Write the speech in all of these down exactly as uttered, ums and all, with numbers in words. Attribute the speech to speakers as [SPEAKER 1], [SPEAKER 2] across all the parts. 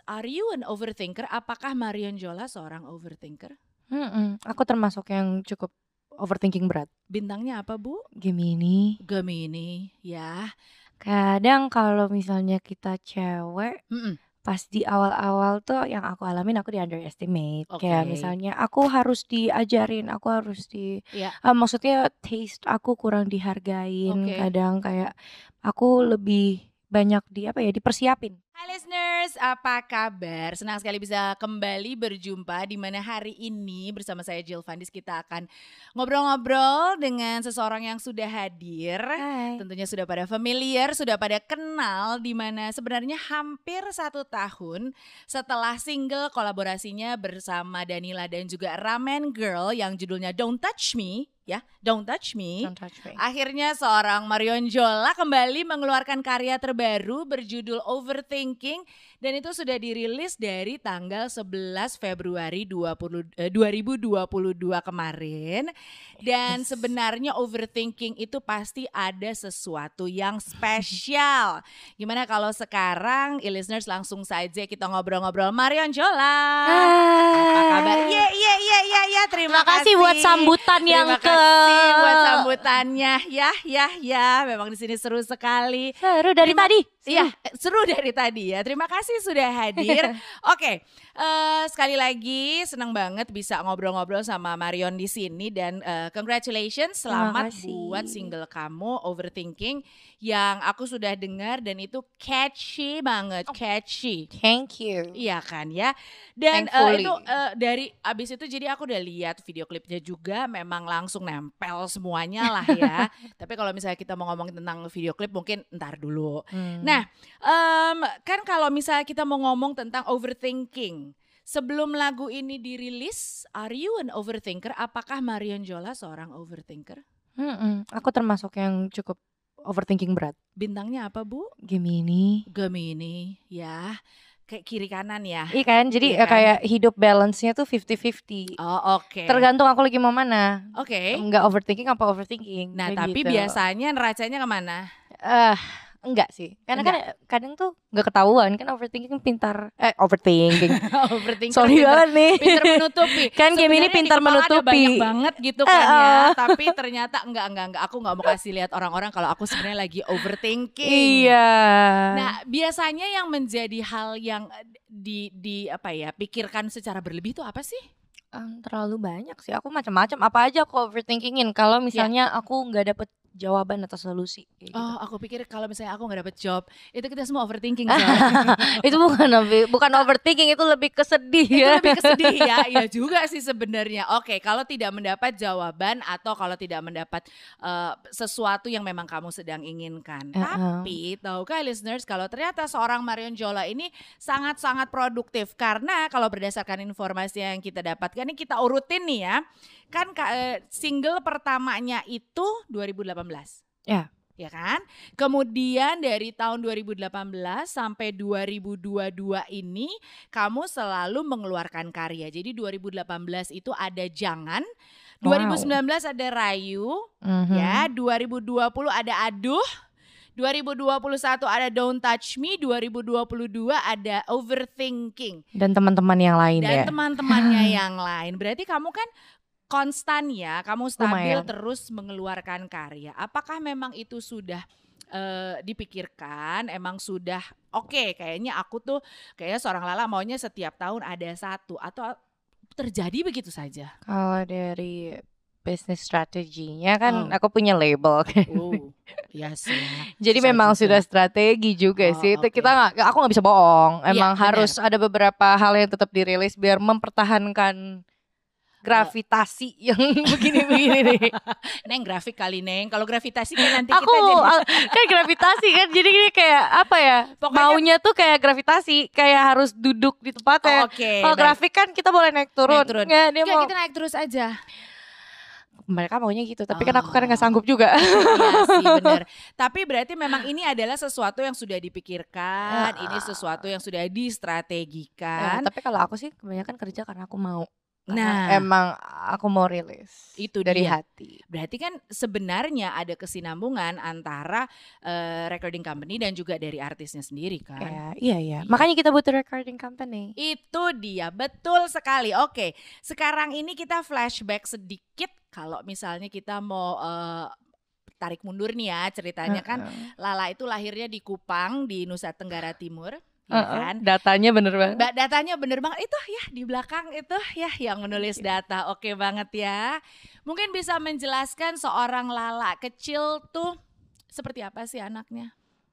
[SPEAKER 1] are you an overthinker? Apakah Marion Jola seorang overthinker?
[SPEAKER 2] Mm-mm. Aku termasuk yang cukup overthinking berat.
[SPEAKER 1] Bintangnya apa, Bu?
[SPEAKER 2] Gemini.
[SPEAKER 1] Gemini, ya.
[SPEAKER 2] Kadang kalau misalnya kita cewek,
[SPEAKER 1] Mm-mm.
[SPEAKER 2] pas di awal-awal tuh yang aku alamin aku di underestimate.
[SPEAKER 1] Oke.
[SPEAKER 2] Kayak misalnya aku harus diajarin, aku harus di
[SPEAKER 1] Ya.
[SPEAKER 2] uh, maksudnya taste aku kurang dihargain.
[SPEAKER 1] Oke.
[SPEAKER 2] Kadang kayak aku lebih banyak di apa ya dipersiapin.
[SPEAKER 1] Hai listeners, apa kabar? Senang sekali bisa kembali berjumpa di mana hari ini bersama saya Jill Fandis kita akan ngobrol-ngobrol dengan seseorang yang sudah hadir.
[SPEAKER 2] Hai.
[SPEAKER 1] Tentunya sudah pada familiar, sudah pada kenal di mana sebenarnya hampir satu tahun setelah single kolaborasinya bersama Danila dan juga Ramen Girl yang judulnya Don't Touch Me. Ya, Don't Touch Me.
[SPEAKER 2] Don't touch me.
[SPEAKER 1] Akhirnya seorang Marion Jola kembali mengeluarkan karya terbaru berjudul Overthinking dan itu sudah dirilis dari tanggal sebelas Februari dua ribu dua puluh dua kemarin. Dan
[SPEAKER 2] Yes.
[SPEAKER 1] sebenarnya Overthinking itu pasti ada sesuatu yang spesial. Gimana kalau sekarang listeners langsung saja kita ngobrol-ngobrol Marion Jola. Apa kabar? Iya iya iya iya ya, terima,
[SPEAKER 2] Terima kasih buat sambutan yang
[SPEAKER 1] Terima
[SPEAKER 2] ke
[SPEAKER 1] kasih buat sambutannya. Ya, ya, ya. Memang di sini seru sekali.
[SPEAKER 2] seru dari
[SPEAKER 1] Terima-
[SPEAKER 2] tadi.
[SPEAKER 1] Iya, seru dari tadi ya. Terima kasih sudah hadir. Oke, eh, sekali lagi senang banget bisa ngobrol-ngobrol sama Marion di sini dan eh, congratulations,
[SPEAKER 2] Terima
[SPEAKER 1] selamat
[SPEAKER 2] kasih.
[SPEAKER 1] buat single kamu Overthinking yang aku sudah dengar dan itu catchy banget, catchy.
[SPEAKER 2] Thank you.
[SPEAKER 1] Iya kan ya. Dan eh,
[SPEAKER 2] Thankfully.
[SPEAKER 1] itu eh, dari abis itu jadi aku udah lihat video klipnya juga memang langsung nempel semuanya lah ya. Tapi kalau misalnya kita mau ngomongin tentang video klip mungkin ntar dulu.
[SPEAKER 2] Hmm.
[SPEAKER 1] Nah, em, kan kalau misalnya kita mau ngomong tentang overthinking, sebelum lagu ini dirilis, are you an overthinker? Apakah Marion Jola seorang overthinker?
[SPEAKER 2] Mm-mm. Aku termasuk yang cukup overthinking berat.
[SPEAKER 1] Bintangnya apa, Bu?
[SPEAKER 2] Gemini.
[SPEAKER 1] Gemini, ya. Kayak kiri kanan ya.
[SPEAKER 2] Iya kan, jadi
[SPEAKER 1] Iya
[SPEAKER 2] eh,
[SPEAKER 1] kan?
[SPEAKER 2] kayak hidup balance-nya tuh fifty fifty.
[SPEAKER 1] Oh, oke.
[SPEAKER 2] Tergantung aku lagi mau mana.
[SPEAKER 1] Oke.
[SPEAKER 2] Enggak overthinking apa overthinking.
[SPEAKER 1] Nah,
[SPEAKER 2] kayak
[SPEAKER 1] tapi
[SPEAKER 2] gitu.
[SPEAKER 1] biasanya neracanya kemana?
[SPEAKER 2] Eh, enggak sih. Karena kan kadang tuh enggak ketahuan kan overthinking pintar eh overthinking.
[SPEAKER 1] Overthinking
[SPEAKER 2] Sorry
[SPEAKER 1] pinter,
[SPEAKER 2] banget nih.
[SPEAKER 1] pinter menutupi.
[SPEAKER 2] Kan Gemini
[SPEAKER 1] Sebenarnya di
[SPEAKER 2] pintar
[SPEAKER 1] kepala ada
[SPEAKER 2] menutupi.
[SPEAKER 1] banyak banget gitu kan
[SPEAKER 2] Eh,
[SPEAKER 1] ya.
[SPEAKER 2] eh.
[SPEAKER 1] Tapi ternyata enggak, enggak, enggak. Aku enggak mau kasih lihat orang-orang kalau aku sebenarnya lagi overthinking.
[SPEAKER 2] Iya.
[SPEAKER 1] Nah, biasanya yang menjadi hal yang di di apa ya, pikirkan secara berlebih itu apa sih?
[SPEAKER 2] Em, terlalu banyak sih. Aku macam-macam. Apa aja aku overthinkingin. Kalau misalnya aku nggak dapet jawaban atau solusi. Kayak gitu.
[SPEAKER 1] Oh, aku pikir kalau misalnya aku nggak dapet job, itu kita semua overthinking. soalnya.
[SPEAKER 2] Itu bukan lebih- bukan overthinking, itu lebih kesedih
[SPEAKER 1] Itu
[SPEAKER 2] ya.
[SPEAKER 1] lebih kesedih ya, iya juga sih sebenarnya. Oke, kalau tidak mendapat jawaban atau kalau tidak mendapat eh, sesuatu yang memang kamu sedang inginkan.
[SPEAKER 2] Uh-uh.
[SPEAKER 1] Tapi tahukah listeners kalau ternyata seorang Marion Jola ini sangat-sangat produktif karena kalau berdasarkan informasi yang kita dapatkan ini kita urutin nih ya. Kan eh, single pertamanya itu dua ribu delapan belas.
[SPEAKER 2] Ya.
[SPEAKER 1] Ya kan? Kemudian dari tahun dua ribu delapan belas sampai dua ribu dua puluh dua ini kamu selalu mengeluarkan karya. Jadi dua ribu delapan belas itu ada Jangan, dua ribu sembilan belas ada Rayu,
[SPEAKER 2] Mhm.
[SPEAKER 1] ya, dua ribu dua puluh ada Aduh, dua ribu dua puluh satu ada Don't Touch Me, dua ribu dua puluh dua ada Overthinking.
[SPEAKER 2] Dan teman-teman yang lain
[SPEAKER 1] Dan
[SPEAKER 2] ya.
[SPEAKER 1] teman-temannya yang lain. Berarti kamu kan konstan ya, kamu stabil
[SPEAKER 2] Lumayan.
[SPEAKER 1] terus mengeluarkan karya. Apakah memang itu sudah eh, dipikirkan, emang sudah oke kayaknya aku tuh kayaknya seorang Lala maunya setiap tahun ada satu atau terjadi begitu saja?
[SPEAKER 2] Kalau dari business strateginya kan
[SPEAKER 1] Oh.
[SPEAKER 2] aku punya label.
[SPEAKER 1] Oh, iya sih.
[SPEAKER 2] Jadi
[SPEAKER 1] Susah
[SPEAKER 2] memang
[SPEAKER 1] juga.
[SPEAKER 2] sudah strategi juga
[SPEAKER 1] Oh,
[SPEAKER 2] sih. Itu
[SPEAKER 1] oke.
[SPEAKER 2] kita nggak, aku nggak bisa bohong.
[SPEAKER 1] Iya,
[SPEAKER 2] Emang
[SPEAKER 1] benar.
[SPEAKER 2] harus ada beberapa hal yang tetap dirilis biar mempertahankan gravitasi yang begini-begini nih.
[SPEAKER 1] Neng grafik kali Neng. Kalau gravitasi kan nanti
[SPEAKER 2] Aku
[SPEAKER 1] kita jadi
[SPEAKER 2] al- kan gravitasi kan, jadi gini kayak apa ya?
[SPEAKER 1] Pokoknya-
[SPEAKER 2] Maunya tuh kayak gravitasi, kayak harus duduk di tempatnya.
[SPEAKER 1] Oh, oke.
[SPEAKER 2] Kalau
[SPEAKER 1] baik.
[SPEAKER 2] grafik kan kita boleh naik turun.
[SPEAKER 1] Naik turun.
[SPEAKER 2] Nggak, dia
[SPEAKER 1] Enggak,
[SPEAKER 2] mau.
[SPEAKER 1] kita naik terus aja.
[SPEAKER 2] Mereka maunya gitu, tapi kan aku kan
[SPEAKER 1] Oh.
[SPEAKER 2] nggak sanggup juga.
[SPEAKER 1] Iya sih benar. Tapi berarti memang ini adalah sesuatu yang sudah dipikirkan,
[SPEAKER 2] Ah.
[SPEAKER 1] ini sesuatu yang sudah
[SPEAKER 2] Eh,
[SPEAKER 1] distrategikan.
[SPEAKER 2] tapi kalau aku sih kebanyakan kerja karena aku mau. Karena
[SPEAKER 1] Nah.
[SPEAKER 2] emang aku mau rilis
[SPEAKER 1] Itu
[SPEAKER 2] dari
[SPEAKER 1] dia.
[SPEAKER 2] hati.
[SPEAKER 1] Berarti kan sebenarnya ada kesinambungan antara uh, recording company dan juga dari artisnya sendiri kan.
[SPEAKER 2] Kayak, iya iya.
[SPEAKER 1] Iya.
[SPEAKER 2] Makanya kita butuh recording company.
[SPEAKER 1] Itu dia, betul sekali. Oke, sekarang ini kita flashback sedikit. Kalau misalnya kita mau uh, tarik mundur nih ya ceritanya kan.
[SPEAKER 2] Uh-uh.
[SPEAKER 1] Lala itu lahirnya di Kupang di Nusa Tenggara Timur. Ya
[SPEAKER 2] Uh-uh.
[SPEAKER 1] kan?
[SPEAKER 2] Datanya bener banget.
[SPEAKER 1] Mbak datanya bener banget itu ya di belakang itu ya yang menulis data. Oke banget ya. Mungkin bisa menjelaskan seorang Lala kecil tuh seperti apa sih anaknya?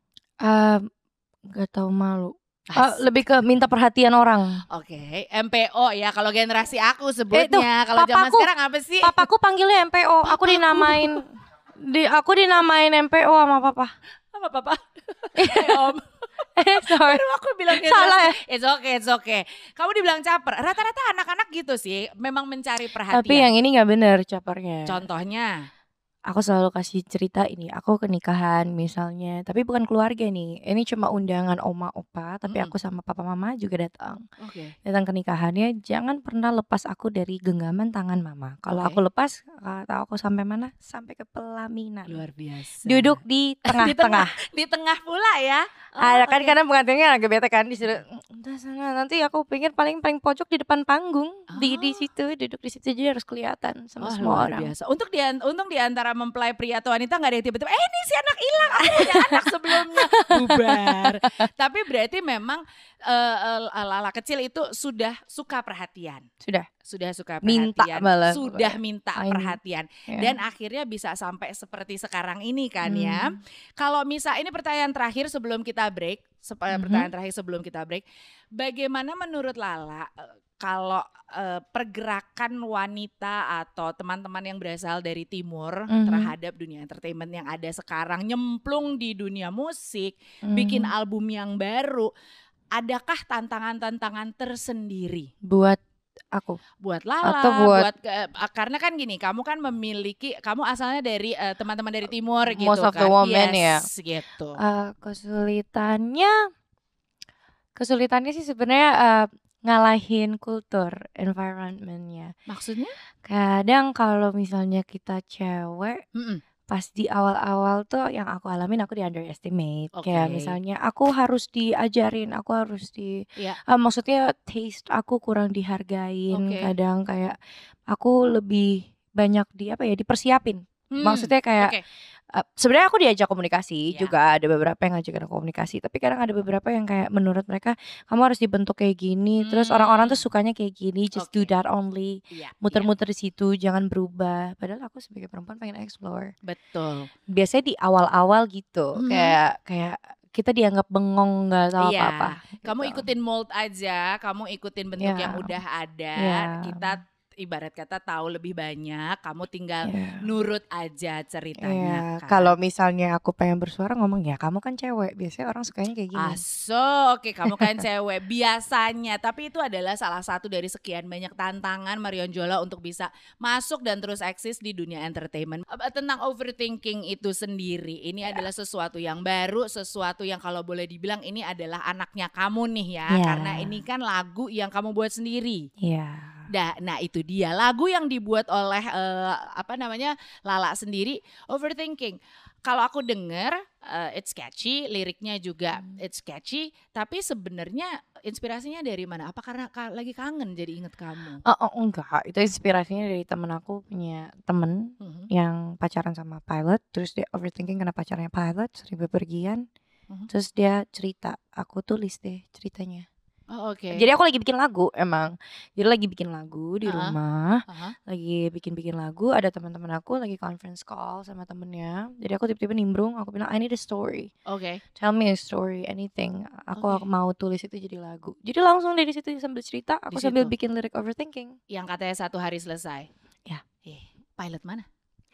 [SPEAKER 2] Um, gak tahu malu.
[SPEAKER 1] As-
[SPEAKER 2] Uh, lebih ke minta perhatian orang.
[SPEAKER 1] Oke, M P O ya kalau generasi aku sebutnya.
[SPEAKER 2] Eh, tuh,
[SPEAKER 1] Kalau zaman
[SPEAKER 2] papaku-
[SPEAKER 1] sekarang apa sih?
[SPEAKER 2] Papaku panggilnya M P O. Aku
[SPEAKER 1] Papaku.
[SPEAKER 2] dinamain di aku dinamain M P O sama papa.
[SPEAKER 1] Apa papa? Eh, Om.
[SPEAKER 2] Sorry.
[SPEAKER 1] Baru aku bilang
[SPEAKER 2] Salah ya?
[SPEAKER 1] It's okay, it's okay. Kamu dibilang caper. Rata-rata anak-anak gitu sih, memang mencari perhatian.
[SPEAKER 2] Tapi yang ini gak bener capernya.
[SPEAKER 1] Contohnya,
[SPEAKER 2] Aku selalu kasih cerita ini, aku ke nikahan misalnya, tapi bukan keluarga nih. Ini cuma undangan oma opa, tapi
[SPEAKER 1] Mm-mm.
[SPEAKER 2] aku sama papa mama juga datang.
[SPEAKER 1] oke.
[SPEAKER 2] Datang ke nikahannya, jangan pernah lepas aku dari genggaman tangan mama. Kalau
[SPEAKER 1] Oke.
[SPEAKER 2] aku lepas, ah, tahu aku sampai mana? Sampai ke pelaminan.
[SPEAKER 1] Luar biasa.
[SPEAKER 2] Duduk di tengah-tengah.
[SPEAKER 1] Di tengah pula ya. Oh,
[SPEAKER 2] Ada kan
[SPEAKER 1] oke.
[SPEAKER 2] karena pengantinnya agak bete kan disuruh udah sana nanti aku pikir paling paling pojok di depan panggung di di
[SPEAKER 1] Ah.
[SPEAKER 2] situ duduk di situ jadi harus kelihatan sama
[SPEAKER 1] Wah,
[SPEAKER 2] semua
[SPEAKER 1] luar
[SPEAKER 2] orang.
[SPEAKER 1] biasa. Untuk di untung di antara mempelai pria atau wanita nggak ada yang tiba-tiba, eh ini si anak hilang, aku punya anak sebelumnya, bubar. Tapi berarti memang eh, eh, Lala kecil itu sudah suka perhatian,
[SPEAKER 2] Sudah.
[SPEAKER 1] sudah suka
[SPEAKER 2] Minta
[SPEAKER 1] perhatian,
[SPEAKER 2] malah
[SPEAKER 1] sudah
[SPEAKER 2] pokoknya.
[SPEAKER 1] minta
[SPEAKER 2] I-
[SPEAKER 1] perhatian,
[SPEAKER 2] Ya.
[SPEAKER 1] dan akhirnya bisa sampai seperti sekarang ini kan ya.
[SPEAKER 2] Hmm.
[SPEAKER 1] Kalau misal ini pertanyaan terakhir sebelum kita break, sep-
[SPEAKER 2] Mhm.
[SPEAKER 1] pertanyaan terakhir sebelum kita break, bagaimana menurut Lala eh, kalau eh, pergerakan wanita atau teman-teman yang berasal dari timur
[SPEAKER 2] Mhm.
[SPEAKER 1] terhadap dunia entertainment yang ada sekarang nyemplung di dunia musik,
[SPEAKER 2] Mhm.
[SPEAKER 1] bikin album yang baru, adakah tantangan-tantangan tersendiri
[SPEAKER 2] buat aku.
[SPEAKER 1] buat Lala,
[SPEAKER 2] Atau buat-
[SPEAKER 1] ke- karena kan gini, kamu kan memiliki, kamu asalnya dari eh, teman-teman dari timur gitu
[SPEAKER 2] Most of
[SPEAKER 1] kan,
[SPEAKER 2] the women ya.
[SPEAKER 1] yes, gitu.
[SPEAKER 2] Eh, kesulitannya kesulitannya sih sebenarnya eh, ngalahin kultur environmentnya.
[SPEAKER 1] Maksudnya?
[SPEAKER 2] Kadang kalau misalnya kita cewek
[SPEAKER 1] Mm-mm.
[SPEAKER 2] pas di awal-awal tuh yang aku alamin aku di underestimate.
[SPEAKER 1] Oke.
[SPEAKER 2] Kayak misalnya aku harus diajarin, aku harus di
[SPEAKER 1] Iya.
[SPEAKER 2] eh, maksudnya taste aku kurang dihargain.
[SPEAKER 1] Oke.
[SPEAKER 2] Kadang kayak aku lebih banyak di apa ya dipersiapin.
[SPEAKER 1] Hmm,
[SPEAKER 2] Maksudnya kayak
[SPEAKER 1] oke.
[SPEAKER 2] eh, sebenarnya aku diajak komunikasi
[SPEAKER 1] Iya.
[SPEAKER 2] juga, ada beberapa yang ngajakin aku komunikasi, tapi kadang ada beberapa yang kayak menurut mereka kamu harus dibentuk kayak gini, terus
[SPEAKER 1] Hmm.
[SPEAKER 2] orang-orang tuh sukanya kayak gini, just do
[SPEAKER 1] Oke.
[SPEAKER 2] that only,
[SPEAKER 1] Iya,
[SPEAKER 2] muter-muter di situ, jangan berubah. Padahal aku sebagai perempuan pengen explore.
[SPEAKER 1] iya, betul.
[SPEAKER 2] Biasanya di awal-awal gitu,
[SPEAKER 1] Mhm.
[SPEAKER 2] kayak kayak kita dianggap bengong nggak tahu
[SPEAKER 1] Iya.
[SPEAKER 2] apa-apa.
[SPEAKER 1] Kamu
[SPEAKER 2] gitu.
[SPEAKER 1] ikutin mold aja, kamu ikutin bentuk
[SPEAKER 2] Iya.
[SPEAKER 1] yang udah ada.
[SPEAKER 2] Iya.
[SPEAKER 1] Kita ibarat kata tahu lebih banyak, kamu tinggal
[SPEAKER 2] Iya.
[SPEAKER 1] nurut aja ceritanya.
[SPEAKER 2] Iya,
[SPEAKER 1] kan.
[SPEAKER 2] kalau misalnya aku pengen bersuara ngomong ya kamu kan cewek, biasanya orang sukanya kayak gini.
[SPEAKER 1] Aso, oke kamu kan cewek biasanya, tapi itu adalah salah satu dari sekian banyak tantangan Marion Jola untuk bisa masuk dan terus eksis di dunia entertainment. Eh, Tentang overthinking itu sendiri, ini adalah sesuatu yang baru, sesuatu yang kalau boleh dibilang ini adalah anaknya kamu nih ya,
[SPEAKER 2] Iya.
[SPEAKER 1] karena ini kan lagu yang kamu buat sendiri.
[SPEAKER 2] Iya.
[SPEAKER 1] Nah, nah itu dia lagu yang dibuat oleh eh, apa namanya Lala sendiri, Overthinking. Kalau aku denger eh, it's catchy, liriknya juga it's catchy, tapi sebenarnya inspirasinya dari mana? Apa karena ka- lagi kangen jadi inget kamu?
[SPEAKER 2] Oh, oh, enggak, itu inspirasinya dari temen aku punya temen
[SPEAKER 1] Mhm,
[SPEAKER 2] yang pacaran sama pilot, terus dia overthinking karena pacarnya pilot, sering bepergian,
[SPEAKER 1] Mhm.
[SPEAKER 2] terus dia cerita, aku tulis deh ceritanya.
[SPEAKER 1] Oh oke.
[SPEAKER 2] Jadi aku lagi bikin lagu emang, jadi lagi bikin lagu di
[SPEAKER 1] Uh-uh.
[SPEAKER 2] rumah,
[SPEAKER 1] Aha.
[SPEAKER 2] lagi bikin-bikin lagu, ada teman-teman aku lagi conference call sama temennya, jadi aku tiba-tiba nimbrung, aku bilang I need a story,
[SPEAKER 1] Oke.
[SPEAKER 2] tell me a story, anything, aku
[SPEAKER 1] Oke.
[SPEAKER 2] mau tulis itu jadi lagu. Jadi langsung dari situ sambil cerita, aku
[SPEAKER 1] Di
[SPEAKER 2] sambil
[SPEAKER 1] situ.
[SPEAKER 2] bikin lirik overthinking.
[SPEAKER 1] Yang katanya satu hari selesai.
[SPEAKER 2] Ya.
[SPEAKER 1] Eh, pilot mana?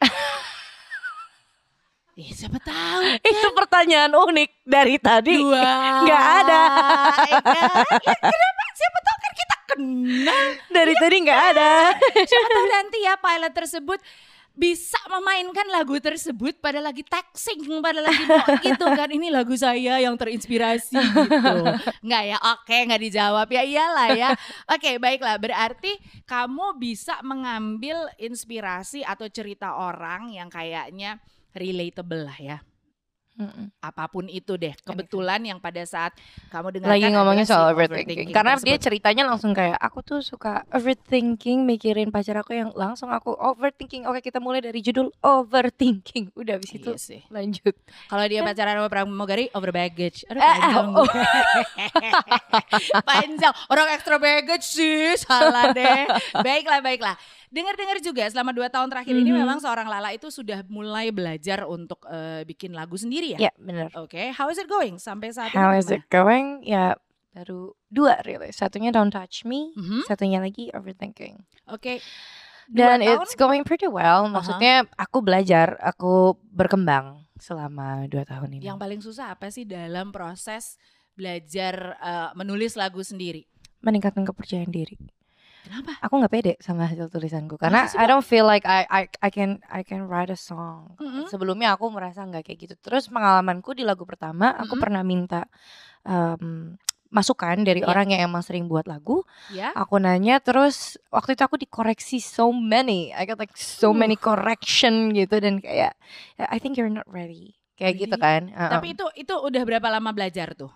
[SPEAKER 1] Eh, siapa tahu.
[SPEAKER 2] Itu pertanyaan unik dari tadi.
[SPEAKER 1] Dua.
[SPEAKER 2] Nggak ada.
[SPEAKER 1] Eh, kan? Ya, kenapa? Siapa tahu kan kita kenal.
[SPEAKER 2] Dari tadi nggak ada.
[SPEAKER 1] Siapa tahu nanti ya pilot tersebut bisa memainkan lagu tersebut pada lagi texting, pada lagi mau gitu kan, ini lagu saya yang terinspirasi gitu. Nggak ya, oke nggak dijawab ya, iyalah ya. Oke baiklah, berarti kamu bisa mengambil inspirasi atau cerita orang yang kayaknya relatable lah ya.
[SPEAKER 2] Mm-mm.
[SPEAKER 1] Apapun itu deh, kebetulan yang pada saat kamu dengarkan
[SPEAKER 2] lagi ngomongin soal
[SPEAKER 1] adalah si
[SPEAKER 2] overthinking,
[SPEAKER 1] overthinking
[SPEAKER 2] karena
[SPEAKER 1] tersebut.
[SPEAKER 2] dia ceritanya langsung kayak aku tuh suka overthinking, mikirin pacar aku yang langsung aku overthinking. Oke kita mulai dari judul overthinking, udah abis itu
[SPEAKER 1] Iya sih.
[SPEAKER 2] lanjut.
[SPEAKER 1] Kalau dia pacaran sama pramugari, over baggage. Aduh
[SPEAKER 2] Eh,
[SPEAKER 1] panjang.
[SPEAKER 2] oh.
[SPEAKER 1] Panjang. Orang extra baggage sih, salah deh. Baiklah, baiklah. Dengar-dengar juga selama dua tahun terakhir ini
[SPEAKER 2] Mhm.
[SPEAKER 1] memang seorang Lala itu sudah mulai belajar untuk eh, bikin lagu sendiri ya?
[SPEAKER 2] Ya benar.
[SPEAKER 1] Oke, how is it going sampai saat
[SPEAKER 2] How
[SPEAKER 1] ini
[SPEAKER 2] is
[SPEAKER 1] gimana?
[SPEAKER 2] it going? Ya baru dua really. Satunya Don't Touch Me,
[SPEAKER 1] Mhm.
[SPEAKER 2] satunya lagi Overthinking.
[SPEAKER 1] Oke. Dua
[SPEAKER 2] Dan
[SPEAKER 1] tahun?
[SPEAKER 2] it's going pretty well. Maksudnya aku belajar, aku berkembang selama dua tahun ini.
[SPEAKER 1] Yang paling susah apa sih dalam proses belajar eh, menulis lagu sendiri?
[SPEAKER 2] Meningkatkan kepercayaan diri.
[SPEAKER 1] Kenapa?
[SPEAKER 2] Aku nggak pede sama hasil tulisanku karena
[SPEAKER 1] Masa sih,
[SPEAKER 2] I
[SPEAKER 1] Mbak?
[SPEAKER 2] don't feel like I I I can I can write a song.
[SPEAKER 1] Mm-mm.
[SPEAKER 2] Sebelumnya aku merasa nggak kayak gitu. Terus pengalamanku di lagu pertama, aku
[SPEAKER 1] Mm-mm.
[SPEAKER 2] pernah minta um, masukan dari
[SPEAKER 1] Iya.
[SPEAKER 2] orang yang emang sering buat lagu.
[SPEAKER 1] Ya.
[SPEAKER 2] Aku nanya, terus waktu itu aku dikoreksi so many, I got like so
[SPEAKER 1] Uh.
[SPEAKER 2] many correction gitu, dan kayak I think you're not ready, kayak gitu
[SPEAKER 1] Really?
[SPEAKER 2] kan. Uh-uh.
[SPEAKER 1] Tapi itu itu udah berapa lama belajar tuh?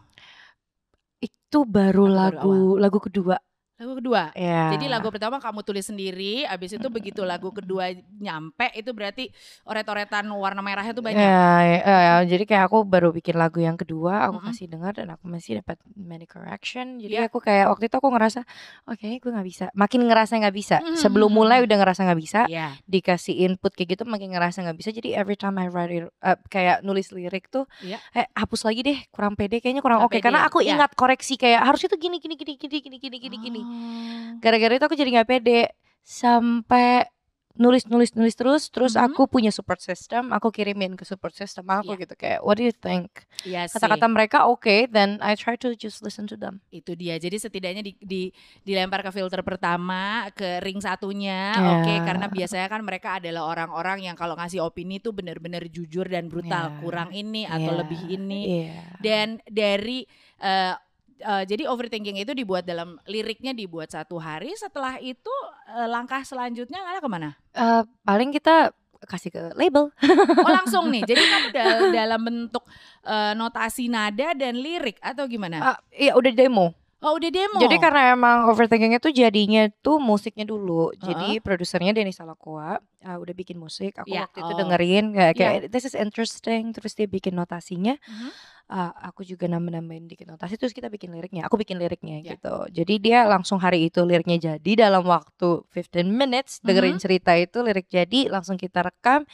[SPEAKER 2] Itu baru
[SPEAKER 1] Atau baru
[SPEAKER 2] lagu lagu kedua.
[SPEAKER 1] Lagu kedua.
[SPEAKER 2] Ya.
[SPEAKER 1] Jadi lagu pertama kamu tulis sendiri, abis itu begitu lagu kedua nyampe itu berarti oret-oretan warna merahnya tuh banyak.
[SPEAKER 2] Ya, ya, ya, jadi kayak aku baru bikin lagu yang kedua, aku
[SPEAKER 1] Mm-mm.
[SPEAKER 2] kasih dengar dan aku masih dapat many correction. Jadi
[SPEAKER 1] Ya.
[SPEAKER 2] aku kayak waktu itu aku ngerasa, oke, gue nggak bisa. Makin ngerasa nggak bisa.
[SPEAKER 1] Mhm,
[SPEAKER 2] Sebelum
[SPEAKER 1] mhm,
[SPEAKER 2] mulai
[SPEAKER 1] mhm.
[SPEAKER 2] udah ngerasa nggak bisa.
[SPEAKER 1] Iya.
[SPEAKER 2] Dikasih input kayak gitu makin ngerasa nggak bisa. Jadi every time I write it, uh, kayak nulis lirik tuh,
[SPEAKER 1] Iya.
[SPEAKER 2] eh hapus lagi deh, kurang pede, kayaknya kurang
[SPEAKER 1] Kurang
[SPEAKER 2] oke. Karena
[SPEAKER 1] pede,
[SPEAKER 2] aku
[SPEAKER 1] iya.
[SPEAKER 2] ingat koreksi kayak harusnya tuh gini gini gini gini gini gini gini gini.
[SPEAKER 1] Oh.
[SPEAKER 2] Gara-gara itu aku jadi nggak pede sampai nulis nulis nulis terus terus
[SPEAKER 1] Mhm.
[SPEAKER 2] aku punya support system, aku kirimin ke support system aku
[SPEAKER 1] Iya.
[SPEAKER 2] gitu kayak what do you think,
[SPEAKER 1] Iya sih.
[SPEAKER 2] kata-kata mereka oke, okay, then I try to just listen to them.
[SPEAKER 1] Itu dia. Jadi setidaknya di, di dilempar ke filter pertama, ke ring satunya,
[SPEAKER 2] Ya.
[SPEAKER 1] oke. Karena biasanya kan mereka adalah orang-orang yang kalau ngasih opini tuh benar-benar jujur dan brutal.
[SPEAKER 2] Ya.
[SPEAKER 1] Kurang ini atau
[SPEAKER 2] Ya.
[SPEAKER 1] lebih ini.
[SPEAKER 2] Iya.
[SPEAKER 1] Dan dari eh, eh, jadi overthinking itu dibuat dalam liriknya dibuat satu hari. Setelah itu eh, langkah selanjutnya Lala kemana?
[SPEAKER 2] Eh, paling kita kasih ke label.
[SPEAKER 1] Oh langsung nih. Jadi kamu dal- dalam bentuk eh, notasi nada dan lirik atau gimana?
[SPEAKER 2] Ah, iya udah demo.
[SPEAKER 1] Oh udah demo.
[SPEAKER 2] Jadi karena emang overthinkingnya tuh jadinya tuh musiknya dulu.
[SPEAKER 1] Uh-uh.
[SPEAKER 2] Jadi produsernya Denny Salakoa uh, udah bikin musik. Aku
[SPEAKER 1] Ya,
[SPEAKER 2] waktu itu
[SPEAKER 1] oh.
[SPEAKER 2] dengerin kayak, kayak this is interesting. Terus dia bikin notasinya.
[SPEAKER 1] Mhm.
[SPEAKER 2] Uh, aku juga nambah-nambahin dikit notasi. Terus kita bikin liriknya. Aku bikin liriknya
[SPEAKER 1] Ya.
[SPEAKER 2] gitu. Jadi dia langsung hari itu liriknya jadi dalam waktu fifteen minutes. Dengerin
[SPEAKER 1] Mhm.
[SPEAKER 2] cerita itu lirik jadi. Langsung kita rekam.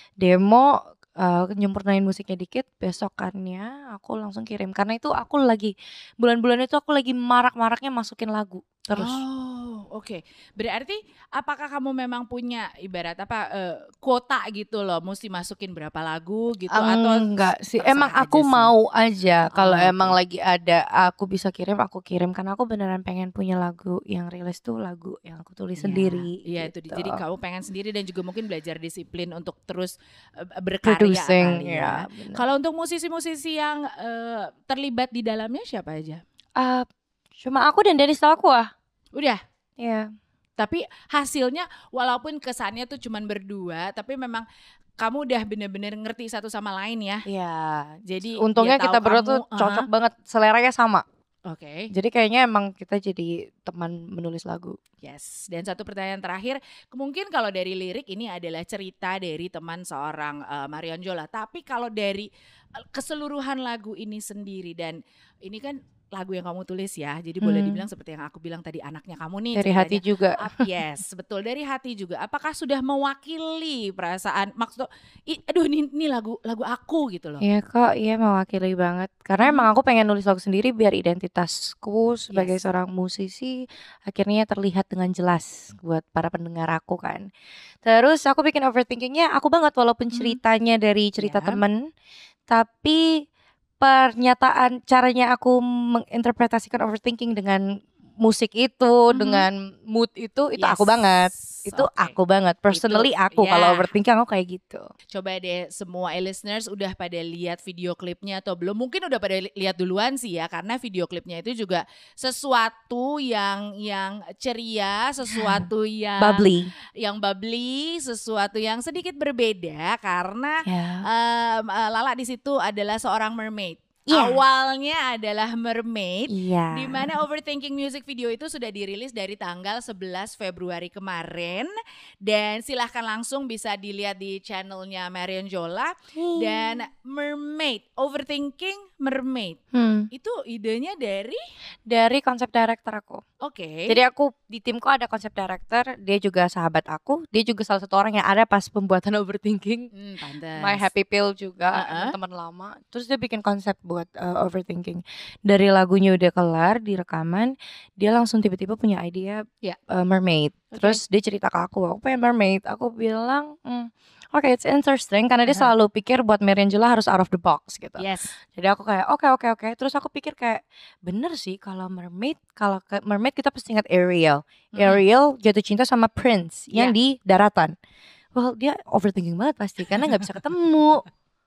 [SPEAKER 2] Demo. Uh, nyempurnain musiknya dikit, besokannya aku langsung kirim. Karena itu aku lagi bulan-bulan itu aku lagi marak-maraknya masukin lagu terus.
[SPEAKER 1] Oh oke. Okay. Berarti apakah kamu memang punya ibarat apa eh, kuota gitu loh, mesti masukin berapa lagu gitu atau
[SPEAKER 2] enggak sih,
[SPEAKER 1] terserah
[SPEAKER 2] emang
[SPEAKER 1] aja
[SPEAKER 2] aku
[SPEAKER 1] sih?
[SPEAKER 2] mau aja kalau
[SPEAKER 1] Oh,
[SPEAKER 2] emang
[SPEAKER 1] oke.
[SPEAKER 2] lagi ada aku bisa kirim, aku kirim karena aku beneran pengen punya lagu yang rilis tuh lagu yang aku tulis
[SPEAKER 1] Iya,
[SPEAKER 2] sendiri.
[SPEAKER 1] Iya itu
[SPEAKER 2] gitu.
[SPEAKER 1] dia. Jadi kamu pengen sendiri dan juga mungkin belajar disiplin untuk terus eh, berkarya
[SPEAKER 2] Producing,
[SPEAKER 1] kali ya.
[SPEAKER 2] ya. bener.
[SPEAKER 1] Kalau untuk musisi-musisi yang eh, terlibat di dalamnya siapa aja?
[SPEAKER 2] Uh, cuma aku dan Dennis Talkwa.
[SPEAKER 1] Udah.
[SPEAKER 2] Ya.
[SPEAKER 1] Tapi hasilnya walaupun kesannya tuh cuman berdua, tapi memang kamu udah bener-bener ngerti satu sama lain ya.
[SPEAKER 2] Iya.
[SPEAKER 1] Jadi
[SPEAKER 2] Untungnya
[SPEAKER 1] dia tahu
[SPEAKER 2] kita berdua
[SPEAKER 1] kamu,
[SPEAKER 2] tuh
[SPEAKER 1] aha.
[SPEAKER 2] cocok banget, seleranya sama.
[SPEAKER 1] Oke.
[SPEAKER 2] Jadi kayaknya emang kita jadi teman menulis lagu.
[SPEAKER 1] Yes. Dan satu pertanyaan terakhir, mungkin kalau dari lirik ini adalah cerita dari teman seorang uh, Marion Jola. Tapi kalau dari uh, keseluruhan lagu ini sendiri dan ini kan lagu yang kamu tulis ya, jadi boleh
[SPEAKER 2] Hmm.
[SPEAKER 1] dibilang seperti yang aku bilang tadi anaknya kamu nih.
[SPEAKER 2] Dari hati
[SPEAKER 1] ceritanya.
[SPEAKER 2] juga.
[SPEAKER 1] Up, yes, betul dari hati juga. Apakah sudah mewakili perasaan? Maksud, i, aduh ini, ini lagu lagu aku gitu loh.
[SPEAKER 2] Iya kok, iya mewakili banget. Karena
[SPEAKER 1] Hmm.
[SPEAKER 2] emang aku pengen nulis lagu sendiri biar identitasku sebagai
[SPEAKER 1] Yes.
[SPEAKER 2] seorang musisi akhirnya terlihat dengan jelas buat para pendengar aku kan. Terus aku bikin overthinkingnya aku banget walaupun
[SPEAKER 1] Hmm.
[SPEAKER 2] ceritanya dari cerita
[SPEAKER 1] Ya.
[SPEAKER 2] temen, tapi pernyataan caranya aku menginterpretasikan overthinking dengan musik itu,
[SPEAKER 1] Mhm.
[SPEAKER 2] dengan mood itu, itu aku
[SPEAKER 1] Yes,
[SPEAKER 2] banget. Itu
[SPEAKER 1] oke.
[SPEAKER 2] aku banget. Personally
[SPEAKER 1] Itu
[SPEAKER 2] aku kalau
[SPEAKER 1] ya.
[SPEAKER 2] overthinking aku kayak gitu.
[SPEAKER 1] Coba deh semua listeners udah pada lihat video klipnya atau belum? Mungkin udah pada li- lihat duluan sih ya, karena video klipnya itu juga sesuatu yang yang ceria, sesuatu yang
[SPEAKER 2] Bubbly.
[SPEAKER 1] yang bubbly, sesuatu yang sedikit berbeda karena
[SPEAKER 2] Ya.
[SPEAKER 1] em, eh, Lala di situ adalah seorang mermaid.
[SPEAKER 2] Iya.
[SPEAKER 1] Awalnya adalah mermaid,
[SPEAKER 2] Iya.
[SPEAKER 1] di mana Overthinking music video itu sudah dirilis dari tanggal sebelas Februari kemarin, dan silahkan langsung bisa dilihat di channelnya Marion Jola. Dan mermaid, Overthinking mermaid,
[SPEAKER 2] Hmm.
[SPEAKER 1] itu idenya dari
[SPEAKER 2] Dari konsep director aku.
[SPEAKER 1] oke.
[SPEAKER 2] Jadi aku di timku ada konsep director, dia juga sahabat aku, dia juga salah satu orang yang ada pas pembuatan overthinking.
[SPEAKER 1] Hmm, pantes.
[SPEAKER 2] My Happy Pill juga,
[SPEAKER 1] Uh-uh.
[SPEAKER 2] teman lama. Terus dia bikin konsep buat uh, overthinking. Dari lagunya udah kelar di rekaman, dia langsung tiba-tiba punya idea
[SPEAKER 1] Ya.
[SPEAKER 2] uh, mermaid.
[SPEAKER 1] Oke.
[SPEAKER 2] Terus dia cerita ke aku, aku pengen mermaid. Aku bilang, hmm, oke, okay, it's interesting karena dia
[SPEAKER 1] Uh-huh.
[SPEAKER 2] selalu pikir buat Marion Jola harus out of the box gitu.
[SPEAKER 1] Yes.
[SPEAKER 2] Jadi aku kayak oke oke oke. Terus aku pikir kayak bener sih kalau mermaid, kalau ke mermaid kita pasti ingat Ariel.
[SPEAKER 1] Mm-mm.
[SPEAKER 2] Ariel jatuh cinta sama Prince yang
[SPEAKER 1] Yeah.
[SPEAKER 2] di daratan. Well dia overthinking banget pasti karena nggak bisa ketemu.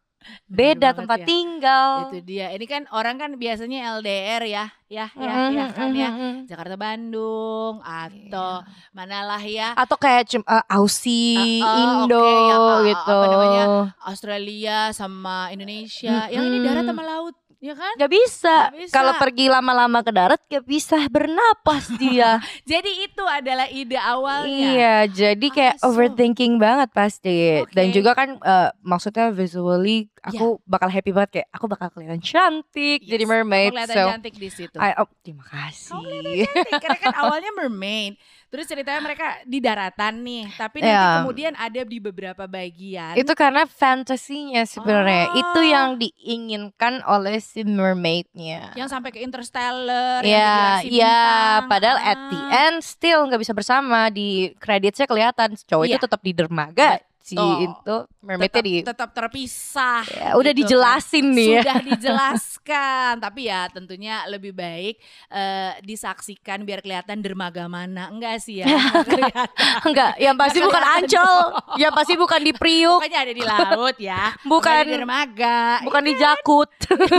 [SPEAKER 2] Beda
[SPEAKER 1] Bener banget
[SPEAKER 2] tempat
[SPEAKER 1] ya.
[SPEAKER 2] tinggal.
[SPEAKER 1] Itu dia. Ini kan orang kan biasanya L D R ya, ya, ya,
[SPEAKER 2] Mhm,
[SPEAKER 1] ya kan ya.
[SPEAKER 2] mhm.
[SPEAKER 1] Jakarta Bandung atau manalah ya.
[SPEAKER 2] Atau kayak cum, uh, Aussie,
[SPEAKER 1] Uh, uh,
[SPEAKER 2] Indo
[SPEAKER 1] oke, ya, uh,
[SPEAKER 2] gitu.
[SPEAKER 1] apa namanya, Australia sama Indonesia. Yang ini darat
[SPEAKER 2] Mm-mm.
[SPEAKER 1] sama laut, ya kan?
[SPEAKER 2] Gak bisa.
[SPEAKER 1] Nggak bisa.
[SPEAKER 2] Kalau pergi lama-lama ke darat gak bisa bernapas dia.
[SPEAKER 1] Jadi itu adalah ide awalnya.
[SPEAKER 2] Iya, jadi kayak
[SPEAKER 1] Ah, so-
[SPEAKER 2] overthinking banget pasti. Dan
[SPEAKER 1] Oke.
[SPEAKER 2] juga kan eh, maksudnya visually aku bakal happy banget kayak aku bakal kelihatan cantik
[SPEAKER 1] Yes,
[SPEAKER 2] jadi mermaid.
[SPEAKER 1] kamu kelihatan
[SPEAKER 2] So,
[SPEAKER 1] cantik di situ.
[SPEAKER 2] I, oh, terima
[SPEAKER 1] Kamu
[SPEAKER 2] kasih.
[SPEAKER 1] cantik, karena kan awalnya mermaid. Terus ceritanya mereka di daratan nih, tapi nanti
[SPEAKER 2] Ya.
[SPEAKER 1] kemudian ada di beberapa bagian.
[SPEAKER 2] Itu karena fantasinya sebenarnya.
[SPEAKER 1] Oh.
[SPEAKER 2] Itu yang diinginkan oleh si mermaidnya.
[SPEAKER 1] yang sampai ke Interstellar, yang
[SPEAKER 2] Ya,
[SPEAKER 1] jadi
[SPEAKER 2] ya.
[SPEAKER 1] bintang.
[SPEAKER 2] Padahal at the
[SPEAKER 1] Ah.
[SPEAKER 2] end still nggak bisa bersama. Di creditsnya kelihatan cowok itu
[SPEAKER 1] Iya.
[SPEAKER 2] tetap di dermaga. Si
[SPEAKER 1] Betul.
[SPEAKER 2] itu mermaidnya
[SPEAKER 1] tetap,
[SPEAKER 2] di.
[SPEAKER 1] tetap terpisah.
[SPEAKER 2] Ya, udah
[SPEAKER 1] gitu
[SPEAKER 2] dijelasin
[SPEAKER 1] kan.
[SPEAKER 2] nih ya.
[SPEAKER 1] Sudah dijelaskan, tapi ya tentunya lebih baik eh, disaksikan biar kelihatan dermaga mana. Enggak sih ya. Kelihatan.
[SPEAKER 2] Enggak, yang pasti
[SPEAKER 1] Nggak
[SPEAKER 2] bukan
[SPEAKER 1] kelihatan
[SPEAKER 2] Ancol, yang pasti bukan di Priuk,
[SPEAKER 1] Pokoknya ada di laut ya.
[SPEAKER 2] Bukan.
[SPEAKER 1] di dermaga.
[SPEAKER 2] bukan di Jakut,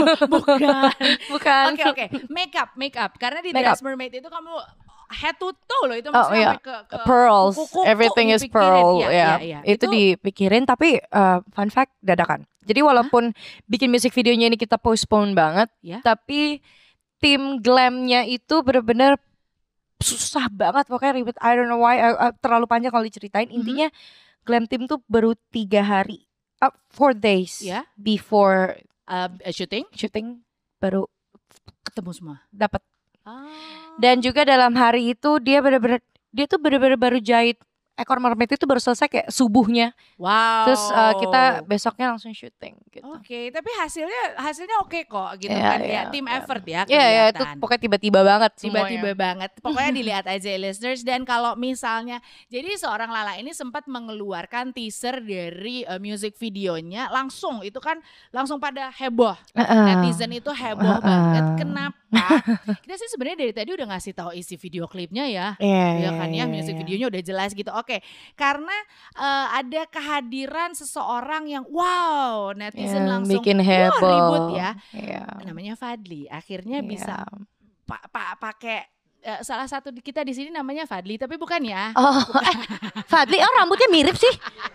[SPEAKER 1] Bukan.
[SPEAKER 2] bukan.
[SPEAKER 1] Oke oke, make up, make up. Karena di
[SPEAKER 2] Make up.
[SPEAKER 1] Dress Mermaid itu kamu head to toe loh, itu
[SPEAKER 2] Oh,
[SPEAKER 1] maksudnya
[SPEAKER 2] iya.
[SPEAKER 1] sampai ke, ke
[SPEAKER 2] Pearls,
[SPEAKER 1] kuku-kuku
[SPEAKER 2] everything is
[SPEAKER 1] dipikirin.
[SPEAKER 2] pearl,
[SPEAKER 1] Iya,
[SPEAKER 2] ya.
[SPEAKER 1] iya, iya.
[SPEAKER 2] Itu, dipikirin, tapi uh, fun fact dadakan. Jadi walaupun bikin music videonya ini kita postpone banget,
[SPEAKER 1] Ya.
[SPEAKER 2] tapi tim glamnya itu bener-bener susah banget, pokoknya ribet. I don't know why, uh, uh, terlalu panjang kalau diceritain.
[SPEAKER 1] Mhm.
[SPEAKER 2] Intinya glam tim tuh baru tiga hari, uh, four days
[SPEAKER 1] Ya.
[SPEAKER 2] before
[SPEAKER 1] Uh, shooting
[SPEAKER 2] syuting baru
[SPEAKER 1] ketemu semua.
[SPEAKER 2] dapat.
[SPEAKER 1] Ah.
[SPEAKER 2] Dan juga dalam hari itu dia benar-benar dia tuh benar-benar baru jahit ekor mermaid itu baru selesai kayak subuhnya.
[SPEAKER 1] Wow.
[SPEAKER 2] Terus uh, kita besoknya langsung syuting gitu.
[SPEAKER 1] Oke, tapi hasilnya hasilnya oke kok gitu
[SPEAKER 2] Iya,
[SPEAKER 1] kan
[SPEAKER 2] iya,
[SPEAKER 1] ya, tim
[SPEAKER 2] iya.
[SPEAKER 1] effort ya
[SPEAKER 2] Iya ya itu
[SPEAKER 1] kelihatan.
[SPEAKER 2] pokoknya tiba-tiba banget
[SPEAKER 1] Tiba-tiba
[SPEAKER 2] semuanya.
[SPEAKER 1] banget. Pokoknya dilihat aja listeners. Dan kalau misalnya, jadi seorang Lala ini sempat mengeluarkan teaser dari uh, music videonya, langsung itu kan langsung pada heboh.
[SPEAKER 2] Uh-uh.
[SPEAKER 1] Netizen itu heboh
[SPEAKER 2] Uh-uh.
[SPEAKER 1] banget. Kenapa? Kita sih sebenarnya dari tadi udah ngasih tahu isi video klipnya ya.
[SPEAKER 2] Iya,
[SPEAKER 1] Ya
[SPEAKER 2] iya,
[SPEAKER 1] kan ya,
[SPEAKER 2] iya,
[SPEAKER 1] music
[SPEAKER 2] iya.
[SPEAKER 1] videonya udah jelas gitu. Oke, karena uh, ada kehadiran seseorang yang wow, netizen
[SPEAKER 2] Yang
[SPEAKER 1] langsung
[SPEAKER 2] bikin
[SPEAKER 1] wah
[SPEAKER 2] heboh.
[SPEAKER 1] ribut ya.
[SPEAKER 2] Iya.
[SPEAKER 1] Namanya Fadly. Akhirnya
[SPEAKER 2] Iya.
[SPEAKER 1] bisa pa- pa- pakai eh, salah satu di- kita di sini namanya Fadly, tapi bukan ya.
[SPEAKER 2] Oh, eh, Fadly, oh rambutnya mirip sih.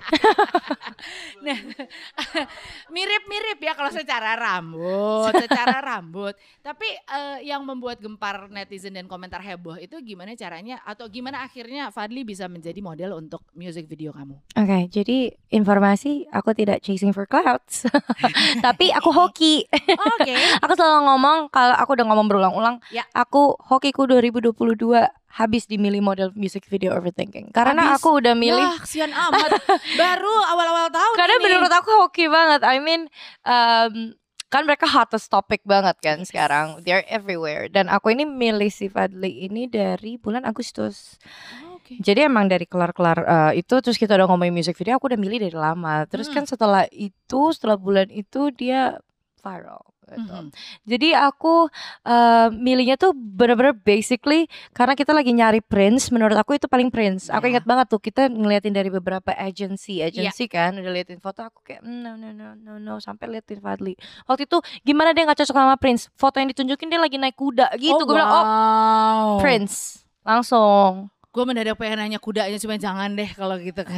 [SPEAKER 1] Nah, mirip-mirip ya kalau secara rambut, secara rambut. Tapi eh, yang membuat gempar netizen dan komentar heboh itu gimana caranya atau gimana akhirnya Fadly bisa menjadi model untuk music video kamu?
[SPEAKER 2] Oke, jadi informasi aku tidak chasing for clouds, tapi aku hoki.
[SPEAKER 1] Oke.
[SPEAKER 2] Aku selalu ngomong kalau aku udah ngomong berulang-ulang,
[SPEAKER 1] Ya.
[SPEAKER 2] aku hokiku dua ribu dua puluh dua habis di milih model music video overthinking. Karena
[SPEAKER 1] Habis?
[SPEAKER 2] aku udah milih.
[SPEAKER 1] Yah, kesian amat. Baru awal-awal tahun
[SPEAKER 2] Karena
[SPEAKER 1] ini.
[SPEAKER 2] menurut aku hoki banget. I mean, um, kan mereka hottest topic banget kan
[SPEAKER 1] Yes.
[SPEAKER 2] sekarang. They're everywhere. Dan aku ini milih si Fadly ini dari bulan Agustus.
[SPEAKER 1] Oh, oke.
[SPEAKER 2] Jadi emang dari kelar-kelar uh, itu terus kita udah ngomongin music video, aku udah milih dari lama. Terus
[SPEAKER 1] Hmm.
[SPEAKER 2] kan setelah itu, setelah bulan itu dia viral. gitu.
[SPEAKER 1] Mhm.
[SPEAKER 2] Jadi aku uh, milihnya tuh bener-bener basically karena kita lagi nyari Prince. Menurut aku itu paling Prince. Aku
[SPEAKER 1] Ya.
[SPEAKER 2] ingat banget tuh kita ngeliatin dari beberapa agency,
[SPEAKER 1] Iya.
[SPEAKER 2] agency kan udah liatin foto aku kayak "Mm, no no no no no sampai liatin Fadli. Waktu itu gimana dia nggak cocok sama Prince? Foto yang ditunjukin dia lagi naik kuda gitu.
[SPEAKER 1] Oh
[SPEAKER 2] Gue bilang oh
[SPEAKER 1] wow.
[SPEAKER 2] Prince langsung.
[SPEAKER 1] Gue mendadak pengen nanya kudanya, cuma jangan deh kalau gitu kan.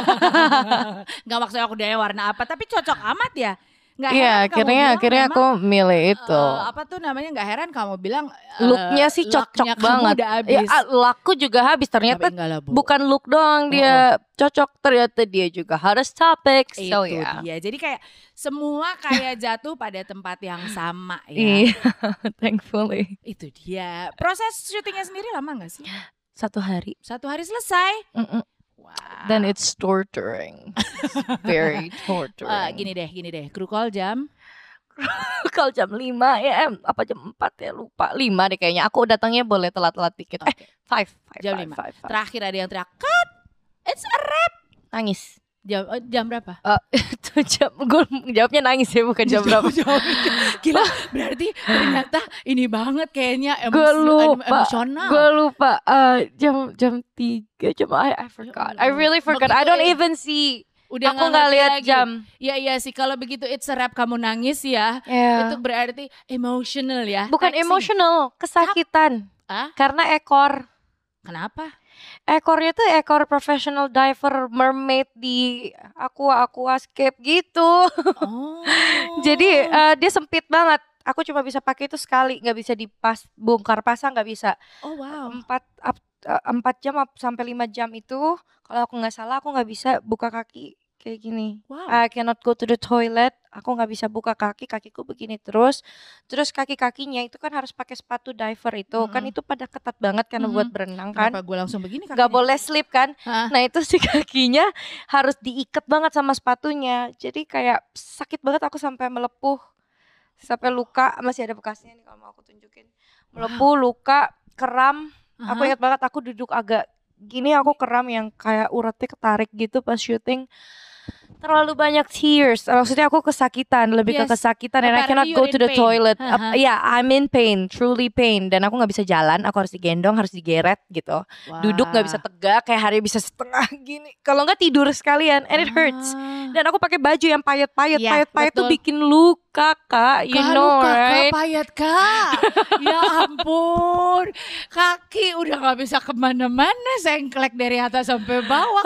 [SPEAKER 1] Nggak maksudnya kudanya warna apa, tapi cocok amat ya. Nggak
[SPEAKER 2] Iya,
[SPEAKER 1] heran kamu
[SPEAKER 2] akhirnya
[SPEAKER 1] bilang
[SPEAKER 2] akhirnya aku
[SPEAKER 1] memang,
[SPEAKER 2] milih itu.
[SPEAKER 1] eh, apa tuh namanya, nggak heran kamu bilang eh,
[SPEAKER 2] Looknya sih cocok
[SPEAKER 1] lucknya kamu
[SPEAKER 2] banget.
[SPEAKER 1] udah
[SPEAKER 2] Ya,
[SPEAKER 1] habis.
[SPEAKER 2] ah, laku juga habis. Ternyata
[SPEAKER 1] Tapi enggak lah, Bu.
[SPEAKER 2] bukan look doang dia cocok, ternyata dia juga harus topik. So
[SPEAKER 1] Itu
[SPEAKER 2] ya.
[SPEAKER 1] dia. Jadi kayak semua kayak jatuh pada tempat yang sama ya.
[SPEAKER 2] Iya, thankfully.
[SPEAKER 1] Itu dia. Proses syutingnya sendiri lama nggak sih?
[SPEAKER 2] Satu hari.
[SPEAKER 1] Satu hari selesai.
[SPEAKER 2] Mm-mm.
[SPEAKER 1] Wow.
[SPEAKER 2] Dan it's torturing. It's very torturing.
[SPEAKER 1] Eh, gini deh, gini deh. Kru call jam.
[SPEAKER 2] Kalau jam lima ya, em, apa jam empat ya lupa. lima deh kayaknya. Aku datangnya boleh telat-telat dikit.
[SPEAKER 1] Oke.
[SPEAKER 2] Eh, five, five,
[SPEAKER 1] Jam
[SPEAKER 2] five,
[SPEAKER 1] lima.
[SPEAKER 2] five, five.
[SPEAKER 1] Terakhir ada yang teriak, cut. It's a wrap.
[SPEAKER 2] Nangis.
[SPEAKER 1] Jam oh, jam berapa?
[SPEAKER 2] Eh, itu jam gue jawabnya nangis ya, bukan jam berapa.
[SPEAKER 1] Gila, berarti ternyata ini banget kayaknya
[SPEAKER 2] Gue
[SPEAKER 1] emosi,
[SPEAKER 2] lupa,
[SPEAKER 1] emosional.
[SPEAKER 2] gue lupa. eh, jam jam tiga jam I, I forgot. I really forgot. I don't even see.
[SPEAKER 1] Udah
[SPEAKER 2] Aku nggak
[SPEAKER 1] ngerti
[SPEAKER 2] lihat
[SPEAKER 1] lagi.
[SPEAKER 2] jam.
[SPEAKER 1] Ya iya sih, kalau begitu it's a wrap kamu nangis ya.
[SPEAKER 2] Yeah.
[SPEAKER 1] Itu berarti emotional ya.
[SPEAKER 2] Bukan
[SPEAKER 1] Taxing.
[SPEAKER 2] emotional, kesakitan.
[SPEAKER 1] Ah?
[SPEAKER 2] Karena ekor.
[SPEAKER 1] Kenapa?
[SPEAKER 2] Ekornya tuh ekor professional diver mermaid di aqua aquascape gitu.
[SPEAKER 1] Oh.
[SPEAKER 2] Jadi uh, dia sempit banget. Aku cuma bisa pakai itu sekali, nggak bisa dipas bongkar pasang, nggak bisa.
[SPEAKER 1] Oh wow.
[SPEAKER 2] Empat up, uh, empat jam up, sampai lima jam itu kalau aku nggak salah aku nggak bisa buka kaki kayak gini.
[SPEAKER 1] Wow.
[SPEAKER 2] I cannot go to the toilet. Aku nggak bisa buka kaki, kakiku begini terus. Terus kaki-kakinya itu kan harus pakai sepatu diver itu,
[SPEAKER 1] Mm-mm.
[SPEAKER 2] kan itu pada ketat banget karena
[SPEAKER 1] Mm-mm.
[SPEAKER 2] buat berenang kan.
[SPEAKER 1] Kenapa gue langsung begini
[SPEAKER 2] Gak
[SPEAKER 1] kakinya?
[SPEAKER 2] boleh slip kan.
[SPEAKER 1] Hah?
[SPEAKER 2] Nah itu si kakinya harus diikat banget sama sepatunya. Jadi kayak sakit banget, aku sampai melepuh, sampai luka. Masih ada bekasnya nih kalau mau aku tunjukin. Melepuh, luka, keram. Aku
[SPEAKER 1] Aha.
[SPEAKER 2] ingat banget aku duduk agak gini, aku keram yang kayak uratnya ketarik gitu pas syuting. Terlalu banyak tears. Maksudnya aku kesakitan, lebih
[SPEAKER 1] Yes.
[SPEAKER 2] ke kesakitan, and I
[SPEAKER 1] Apparently
[SPEAKER 2] cannot
[SPEAKER 1] you're
[SPEAKER 2] go
[SPEAKER 1] in
[SPEAKER 2] to the
[SPEAKER 1] pain.
[SPEAKER 2] toilet.
[SPEAKER 1] Uh-huh.
[SPEAKER 2] Uh, yeah, I'm in pain, truly pain. Dan aku nggak bisa jalan, aku harus digendong, harus digeret gitu.
[SPEAKER 1] Wah.
[SPEAKER 2] Duduk nggak bisa tegak, kayak hari bisa setengah gini. Kalau nggak tidur sekalian, and it hurts.
[SPEAKER 1] Ah.
[SPEAKER 2] Dan aku pakai baju yang payet-payet,
[SPEAKER 1] Ya,
[SPEAKER 2] payet-payet tuh
[SPEAKER 1] betul.
[SPEAKER 2] bikin luka kak, you
[SPEAKER 1] Kak,
[SPEAKER 2] know
[SPEAKER 1] luka,
[SPEAKER 2] right?
[SPEAKER 1] Kak, payat kak. Ya ampun, kaki udah gak bisa kemana-mana, sengklek dari atas sampai bawah.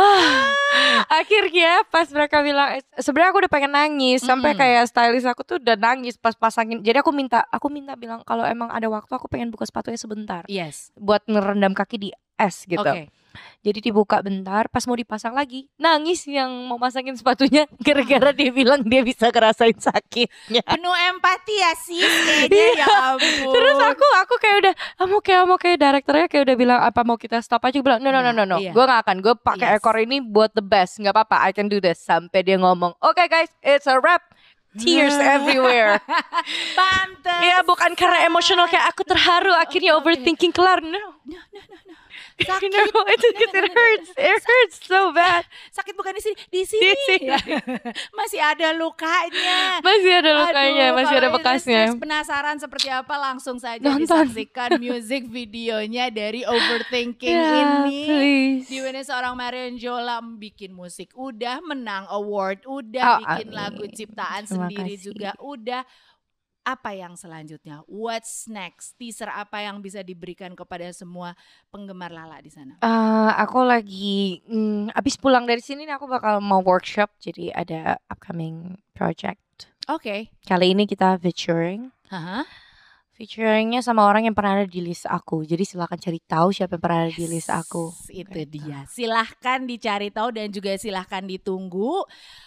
[SPEAKER 2] Akhirnya pas mereka bilang, eh, sebenarnya aku udah pengen nangis, sampai
[SPEAKER 1] Mm-mm.
[SPEAKER 2] kayak stylist aku tuh udah nangis pas pasangin. Jadi aku minta, aku minta bilang kalau emang ada waktu aku pengen buka sepatunya sebentar,
[SPEAKER 1] Yes.
[SPEAKER 2] buat ngerendam kaki di es gitu.
[SPEAKER 1] Oke.
[SPEAKER 2] Jadi dibuka bentar, pas mau dipasang lagi, nangis yang mau masangin sepatunya gara-gara dia bilang dia bisa ngerasain sakitnya.
[SPEAKER 1] Penuh empati ya sih kayaknya, ya ampun.
[SPEAKER 2] Terus aku aku kayak udah, kamu kayak mau kayak direkturnya kayak udah bilang apa mau kita stop aja. Gue bilang no no no no no,
[SPEAKER 1] Iya.
[SPEAKER 2] gue gak akan, gue pakai
[SPEAKER 1] Yes.
[SPEAKER 2] ekor ini buat the best, nggak apa-apa, I can do this. Sampai dia ngomong, oke guys, it's a wrap. Tears everywhere.
[SPEAKER 1] Pantes.
[SPEAKER 2] Ya bukan karena emosional kayak aku terharu akhirnya
[SPEAKER 1] Oke, oke.
[SPEAKER 2] overthinking kelar. No.
[SPEAKER 1] No, no, no, no.
[SPEAKER 2] You
[SPEAKER 1] Sakit.
[SPEAKER 2] know, it, it, it hurts. It hurts so bad.
[SPEAKER 1] Sakit bukan di sini, di sini.
[SPEAKER 2] sini.
[SPEAKER 1] Masih ada lukanya.
[SPEAKER 2] Masih ada lukanya,
[SPEAKER 1] Aduh,
[SPEAKER 2] masih ada
[SPEAKER 1] kalau
[SPEAKER 2] bekasnya.
[SPEAKER 1] listeners penasaran seperti apa, langsung saja
[SPEAKER 2] Nonton.
[SPEAKER 1] disaksikan music videonya dari Overthinking
[SPEAKER 2] Ya,
[SPEAKER 1] ini.
[SPEAKER 2] please.
[SPEAKER 1] Di mana seorang Marion Jola bikin musik udah, menang award
[SPEAKER 2] Oh,
[SPEAKER 1] udah, bikin
[SPEAKER 2] amin.
[SPEAKER 1] lagu ciptaan
[SPEAKER 2] Terima
[SPEAKER 1] sendiri
[SPEAKER 2] kasih.
[SPEAKER 1] juga udah. Apa yang selanjutnya? What's next? Teaser apa yang bisa diberikan kepada semua penggemar Lala di sana?
[SPEAKER 2] Eh, aku lagi mm, abis pulang dari sini nih, aku bakal mau workshop, jadi ada upcoming project.
[SPEAKER 1] Oke.
[SPEAKER 2] Kali ini kita featuring,
[SPEAKER 1] Haha.
[SPEAKER 2] featuringnya sama orang yang pernah ada di list aku. Jadi silakan cari tahu siapa yang pernah ada di list aku.
[SPEAKER 1] Itu
[SPEAKER 2] Gitu.
[SPEAKER 1] dia. Silahkan dicari tahu dan juga silahkan ditunggu.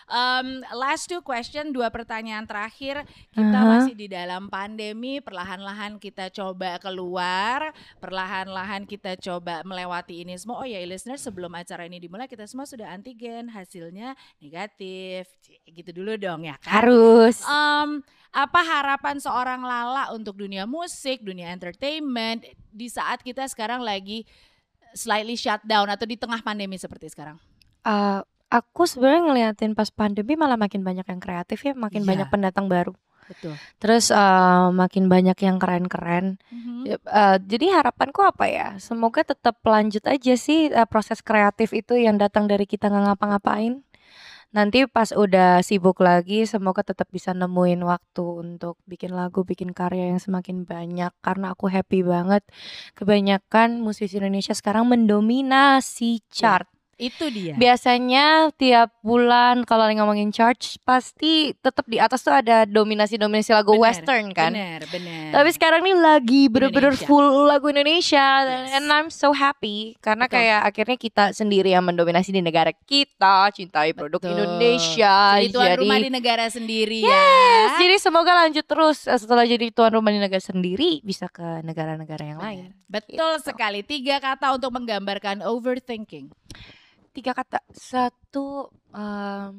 [SPEAKER 1] Um, last two question, dua pertanyaan terakhir. Kita
[SPEAKER 2] Aha.
[SPEAKER 1] masih di dalam pandemi, perlahan-lahan kita coba keluar, perlahan-lahan kita coba melewati ini semua. Oh ya, listener, sebelum acara ini dimulai kita semua sudah antigen, hasilnya negatif. Cik, gitu dulu dong ya kan?
[SPEAKER 2] Harus.
[SPEAKER 1] Um, apa harapan seorang Lala untuk dunia musik, dunia entertainment di saat kita sekarang lagi slightly shutdown atau di tengah pandemi seperti sekarang?
[SPEAKER 2] Eh, aku sebenarnya ngeliatin pas pandemi malah makin banyak yang kreatif ya, makin
[SPEAKER 1] Iya.
[SPEAKER 2] banyak pendatang baru.
[SPEAKER 1] Betul.
[SPEAKER 2] Terus uh, makin banyak yang keren-keren.
[SPEAKER 1] Mhm.
[SPEAKER 2] Ya, uh, jadi harapanku apa ya? Semoga tetap lanjut aja sih uh, proses kreatif itu yang datang dari kita nggak ngapa-ngapain. Nanti pas udah sibuk lagi, semoga tetap bisa nemuin waktu untuk bikin lagu, bikin karya yang semakin banyak. Karena aku happy banget. Kebanyakan musisi Indonesia sekarang mendominasi chart.
[SPEAKER 1] Itu dia.
[SPEAKER 2] Biasanya tiap bulan kalau lagi ngomongin chart pasti tetap di atas tuh ada dominasi-dominasi lagu
[SPEAKER 1] Bener,
[SPEAKER 2] western kan.
[SPEAKER 1] Bener, bener.
[SPEAKER 2] Tapi sekarang nih lagi bener-bener
[SPEAKER 1] Indonesia.
[SPEAKER 2] full lagu Indonesia.
[SPEAKER 1] Yes.
[SPEAKER 2] And I'm so happy karena
[SPEAKER 1] Betul.
[SPEAKER 2] kayak akhirnya kita sendiri yang mendominasi di negara kita, cintai produk
[SPEAKER 1] Betul.
[SPEAKER 2] Indonesia.
[SPEAKER 1] Jadi tuan rumah di negara sendiri
[SPEAKER 2] Yes,
[SPEAKER 1] ya.
[SPEAKER 2] jadi semoga lanjut terus eh, setelah jadi tuan rumah di negara sendiri bisa ke negara-negara yang lain.
[SPEAKER 1] Betul
[SPEAKER 2] Gitu.
[SPEAKER 1] sekali. Tiga kata untuk menggambarkan overthinking.
[SPEAKER 2] Tiga kata. Satu um,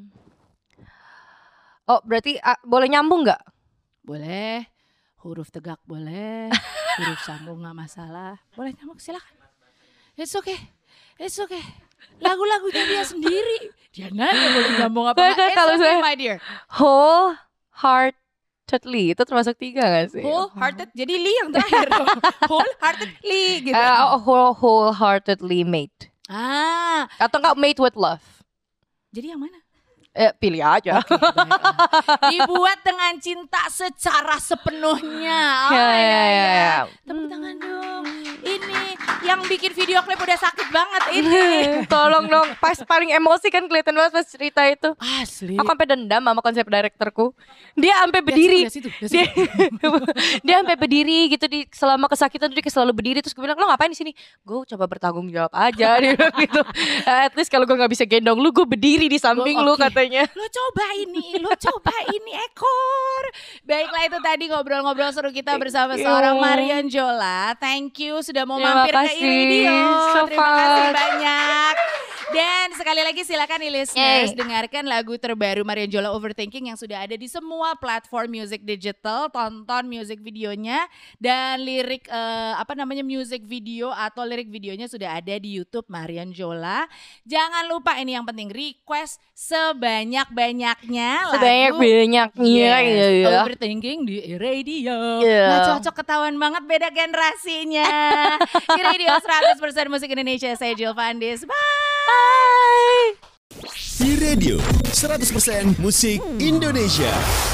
[SPEAKER 2] oh berarti ah, boleh nyambung nggak?
[SPEAKER 1] Boleh. Huruf tegak boleh. Huruf sambung nggak masalah. Boleh nyambung silakan. It's okay. It's okay. Lagu-lagunya dia sendiri. Dia nanya boleh nyambung apa
[SPEAKER 2] Nggak,
[SPEAKER 1] nggak. It's
[SPEAKER 2] kalau
[SPEAKER 1] okay
[SPEAKER 2] saya-
[SPEAKER 1] my dear.
[SPEAKER 2] Wholeheartedly itu termasuk tiga gak sih?
[SPEAKER 1] Wholehearted. Jadi Lee yang terakhir. Wholeheartedly gitu.
[SPEAKER 2] Eh, oh, whole, wholeheartedly made.
[SPEAKER 1] Ah.
[SPEAKER 2] Atau enggak made with love?
[SPEAKER 1] Jadi yang mana?
[SPEAKER 2] Eh, pilih aja.
[SPEAKER 1] Oke, baiklah. Dibuat dengan cinta secara sepenuhnya. Oh,
[SPEAKER 2] Ya,
[SPEAKER 1] ya,
[SPEAKER 2] ya,
[SPEAKER 1] ya.
[SPEAKER 2] ya, ya.
[SPEAKER 1] Tepuk tangan dong. Ini yang bikin video klip udah sakit banget ini.
[SPEAKER 2] Tolong dong. Pas paling emosi kan kelihatan banget pas cerita itu.
[SPEAKER 1] Asli.
[SPEAKER 2] Aku sampai dendam sama konsep direkturku. Dia sampai berdiri.
[SPEAKER 1] Lihat situ, lihat
[SPEAKER 2] Dia,
[SPEAKER 1] situ.
[SPEAKER 2] dia sampai berdiri gitu di selama kesakitan tuh dia selalu berdiri terus gue bilang lo ngapain di sini? Gue coba bertanggung jawab aja dia bilang gitu. At least kalau gue nggak bisa gendong lu, gue berdiri di samping
[SPEAKER 1] Oh,
[SPEAKER 2] lu
[SPEAKER 1] oke.
[SPEAKER 2] katanya.
[SPEAKER 1] Lo coba ini, lo coba ini ekor. Baiklah itu tadi ngobrol-ngobrol seru kita bersama
[SPEAKER 2] you.
[SPEAKER 1] seorang Marion Jola. Thank you sudah mau
[SPEAKER 2] Terima
[SPEAKER 1] mampir ke
[SPEAKER 2] kasih.
[SPEAKER 1] iRadio.
[SPEAKER 2] So
[SPEAKER 1] Terima kasih
[SPEAKER 2] fun.
[SPEAKER 1] banyak. Dan sekali lagi silakan nih listeners
[SPEAKER 2] Yay.
[SPEAKER 1] dengarkan lagu terbaru Marion Jola Overthinking yang sudah ada di semua platform music digital. Tonton music videonya dan lirik eh, apa namanya music video atau lirik videonya sudah ada di YouTube Marion Jola. Jangan lupa ini yang penting request sebanyak-banyaknya lagu
[SPEAKER 2] Sebanyak-banyaknya
[SPEAKER 1] Yes,
[SPEAKER 2] ya.
[SPEAKER 1] Overthinking di radio.
[SPEAKER 2] Iya.
[SPEAKER 1] Nah cocok ketahuan banget beda generasinya. Di radio seratus persen musik Indonesia. Saya Jill Fandis. Bye.
[SPEAKER 2] Bye.
[SPEAKER 3] iRadio seratus persen musik Indonesia.